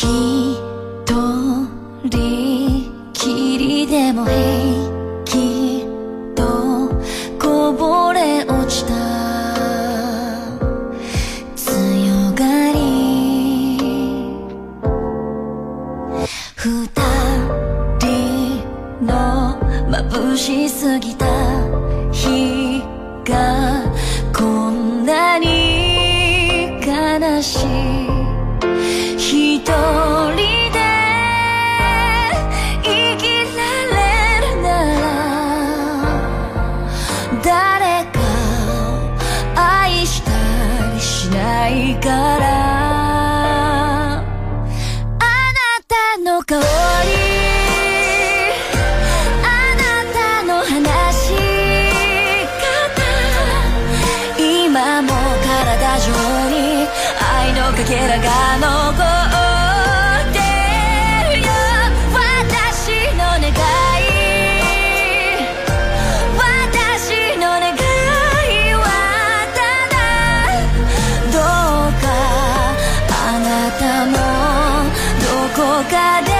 一人きりでも平気とこぼれ落ちた強がり二人の眩しすぎた日がこんなに悲しい一人で生きられるなら誰か愛したりしないからあなたの香りあなたの話し方今も体中に愛のかけらが残ってるよ私の願い私の願いはただどうかあなたもどこかで